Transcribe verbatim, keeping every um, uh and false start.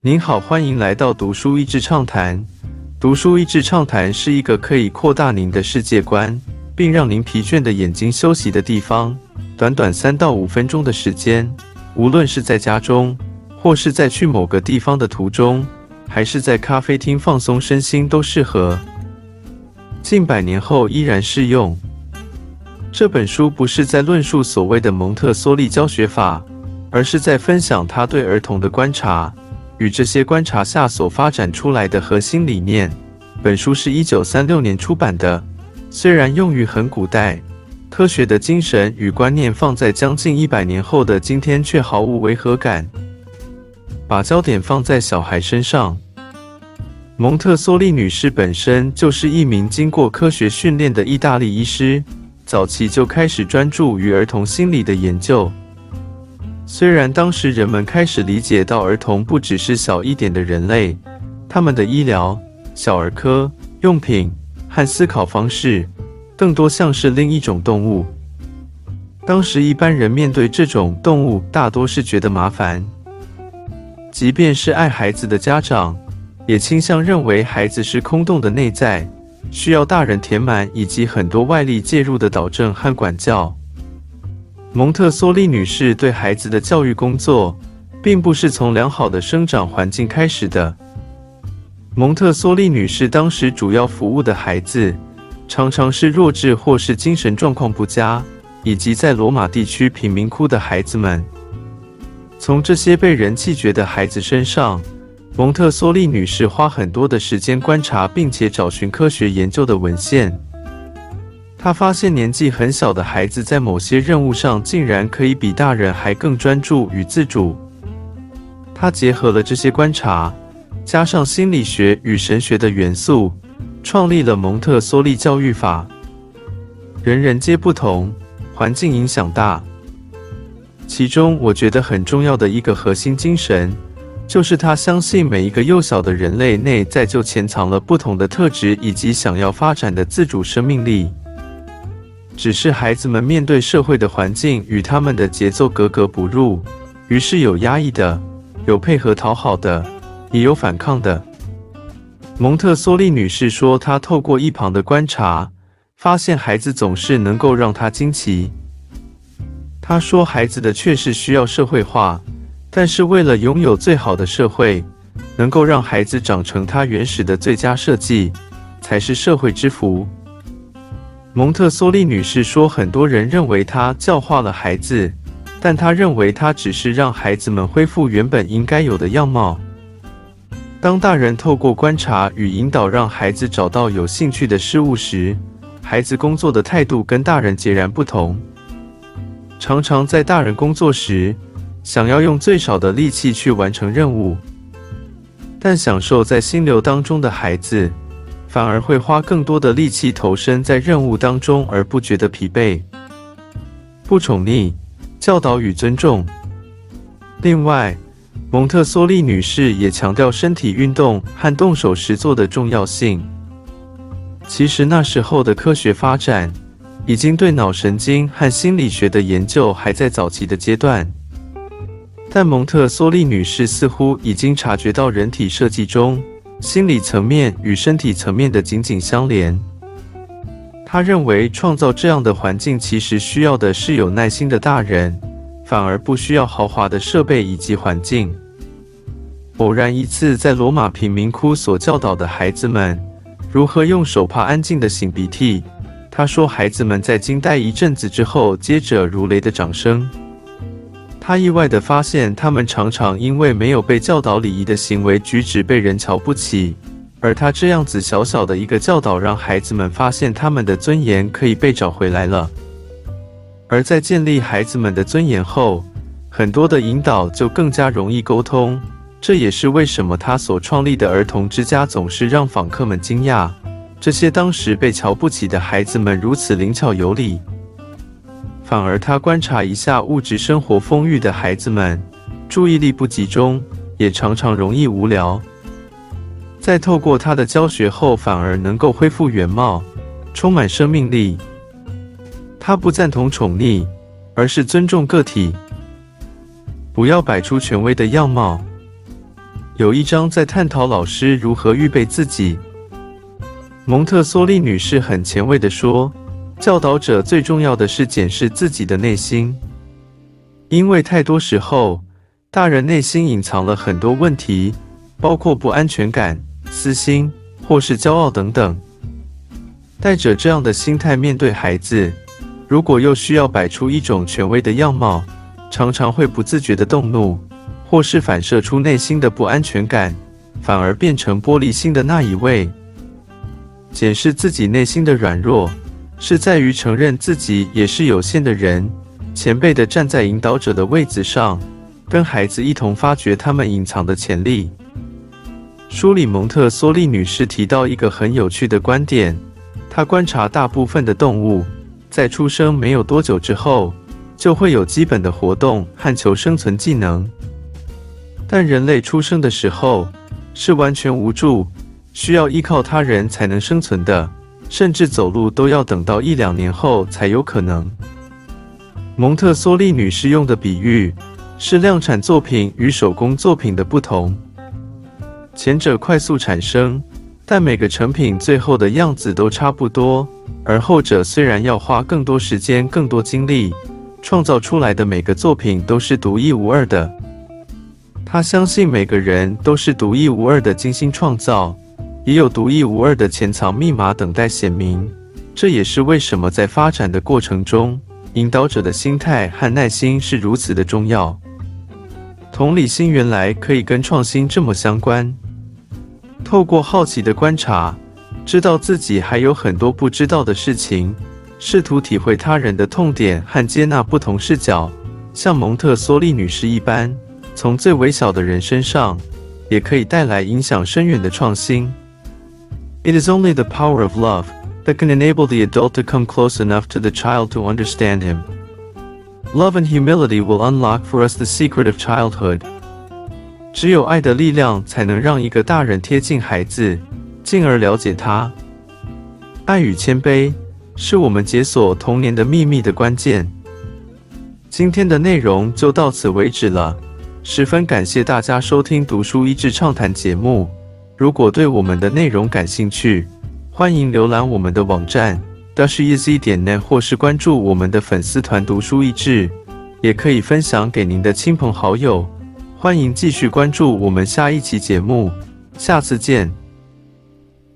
您好，欢迎来到读书益智畅谈。读书益智畅谈是一个可以扩大您的世界观，并让您疲倦的眼睛休息的地方。短短三到五分钟的时间，无论是在家中，或是在去某个地方的途中，还是在咖啡厅放松身心，都适合。近百年后依然适用。这本书不是在论述所谓的蒙特梭利教学法，而是在分享他对儿童的观察与这些观察下所发展出来的核心理念。本书是一九三六年出版的，虽然用于很古代，科学的精神与观念放在将近一百年后的今天却毫无违和感。把焦点放在小孩身上。蒙特梭利女士本身就是一名经过科学训练的意大利医师，早期就开始专注于儿童心理的研究。虽然当时人们开始理解到儿童不只是小一点的人类，他们的医疗、小儿科、用品和思考方式更多像是另一种动物。当时一般人面对这种动物大多是觉得麻烦，即便是爱孩子的家长，也倾向认为孩子是空洞的内在，需要大人填满，以及很多外力介入的导正和管教。蒙特梭利女士对孩子的教育工作，并不是从良好的生长环境开始的。蒙特梭利女士当时主要服务的孩子，常常是弱智或是精神状况不佳，以及在罗马地区贫民窟的孩子们。从这些被人弃绝的孩子身上，蒙特梭利女士花很多的时间观察，并且找寻科学研究的文献。她发现年纪很小的孩子在某些任务上竟然可以比大人还更专注与自主。她结合了这些观察，加上心理学与神学的元素，创立了蒙特梭利教育法。人人皆不同，环境影响大。其中我觉得很重要的一个核心精神，就是他相信每一个幼小的人类内在就潜藏了不同的特质以及想要发展的自主生命力。只是孩子们面对社会的环境与他们的节奏格格不入，于是有压抑的，有配合讨好的，也有反抗的。蒙特梭利女士说，她透过一旁的观察，发现孩子总是能够让她惊奇。她说，孩子的确是需要社会化，但是为了拥有最好的社会，能够让孩子长成他原始的最佳设计，才是社会之福。蒙特梭利女士说，很多人认为她教化了孩子，但她认为她只是让孩子们恢复原本应该有的样貌。当大人透过观察与引导让孩子找到有兴趣的事物时，孩子工作的态度跟大人截然不同。常常在大人工作时，想要用最少的力气去完成任务，但享受在心流当中的孩子，反而会花更多的力气投身在任务当中，而不觉得疲惫。不宠溺、教导与尊重。另外，蒙特梭利女士也强调身体运动和动手实作的重要性。其实那时候的科学发展，已经对脑神经和心理学的研究还在早期的阶段。但蒙特梭利女士似乎已经察觉到人体设计中心理层面与身体层面的紧紧相连。她认为创造这样的环境其实需要的是有耐心的大人，反而不需要豪华的设备以及环境。偶然一次在罗马贫民窟所教导的孩子们如何用手帕安静的擤鼻涕，她说孩子们在惊呆一阵子之后，接着如雷的掌声。他意外地发现，他们常常因为没有被教导礼仪的行为举止被人瞧不起，而他这样子小小的一个教导，让孩子们发现他们的尊严可以被找回来了。而在建立孩子们的尊严后，很多的引导就更加容易沟通。这也是为什么他所创立的儿童之家总是让访客们惊讶，这些当时被瞧不起的孩子们如此灵巧有礼。反而他观察一下物质生活丰裕的孩子们，注意力不集中，也常常容易无聊。在透过他的教学后，反而能够恢复原貌，充满生命力。他不赞同宠溺，而是尊重个体，不要摆出权威的样貌。 有一章在探讨老师如何预备自己。蒙特梭利女士很前卫地说，教导者最重要的是检视自己的内心，因为太多时候，大人内心隐藏了很多问题，包括不安全感、私心或是骄傲等等。带着这样的心态面对孩子，如果又需要摆出一种权威的样貌，常常会不自觉地动怒，或是反射出内心的不安全感，反而变成玻璃心的那一位。检视自己内心的软弱，是在于承认自己也是有限的人，前辈地站在引导者的位子上，跟孩子一同发掘他们隐藏的潜力。书里蒙特梭利女士提到一个很有趣的观点，她观察大部分的动物，在出生没有多久之后，就会有基本的活动和求生存技能。但人类出生的时候，是完全无助，需要依靠他人才能生存的，甚至走路都要等到一两年后才有可能。蒙特梭利女士用的比喻是量产作品与手工作品的不同，前者快速产生，但每个成品最后的样子都差不多，而后者虽然要花更多时间、更多精力，创造出来的每个作品都是独一无二的。她相信每个人都是独一无二的精心创造，也有独一无二的潜藏密码等待显明。这也是为什么在发展的过程中，引导者的心态和耐心是如此的重要。同理心原来可以跟创新这么相关。透过好奇的观察，知道自己还有很多不知道的事情，试图体会他人的痛点和接纳不同视角，像蒙特梭利女士一般，从最微小的人身上，也可以带来影响深远的创新。It is only the power of love that can enable the adult to come close enough to the child to understand him. Love and humility will unlock for us the secret of childhood. 只有爱的力量才能让一个大人贴近孩子，进而了解他。爱与谦卑是我们解锁童年的秘密的关键。今天的内容就到此为止了，十分感谢大家收听读书益智畅谈节目。如果对我们的内容感兴趣，欢迎浏览我们的网站 dash e z 点 net 或是关注我们的粉丝团读书益智，也可以分享给您的亲朋好友。欢迎继续关注我们下一期节目，下次见。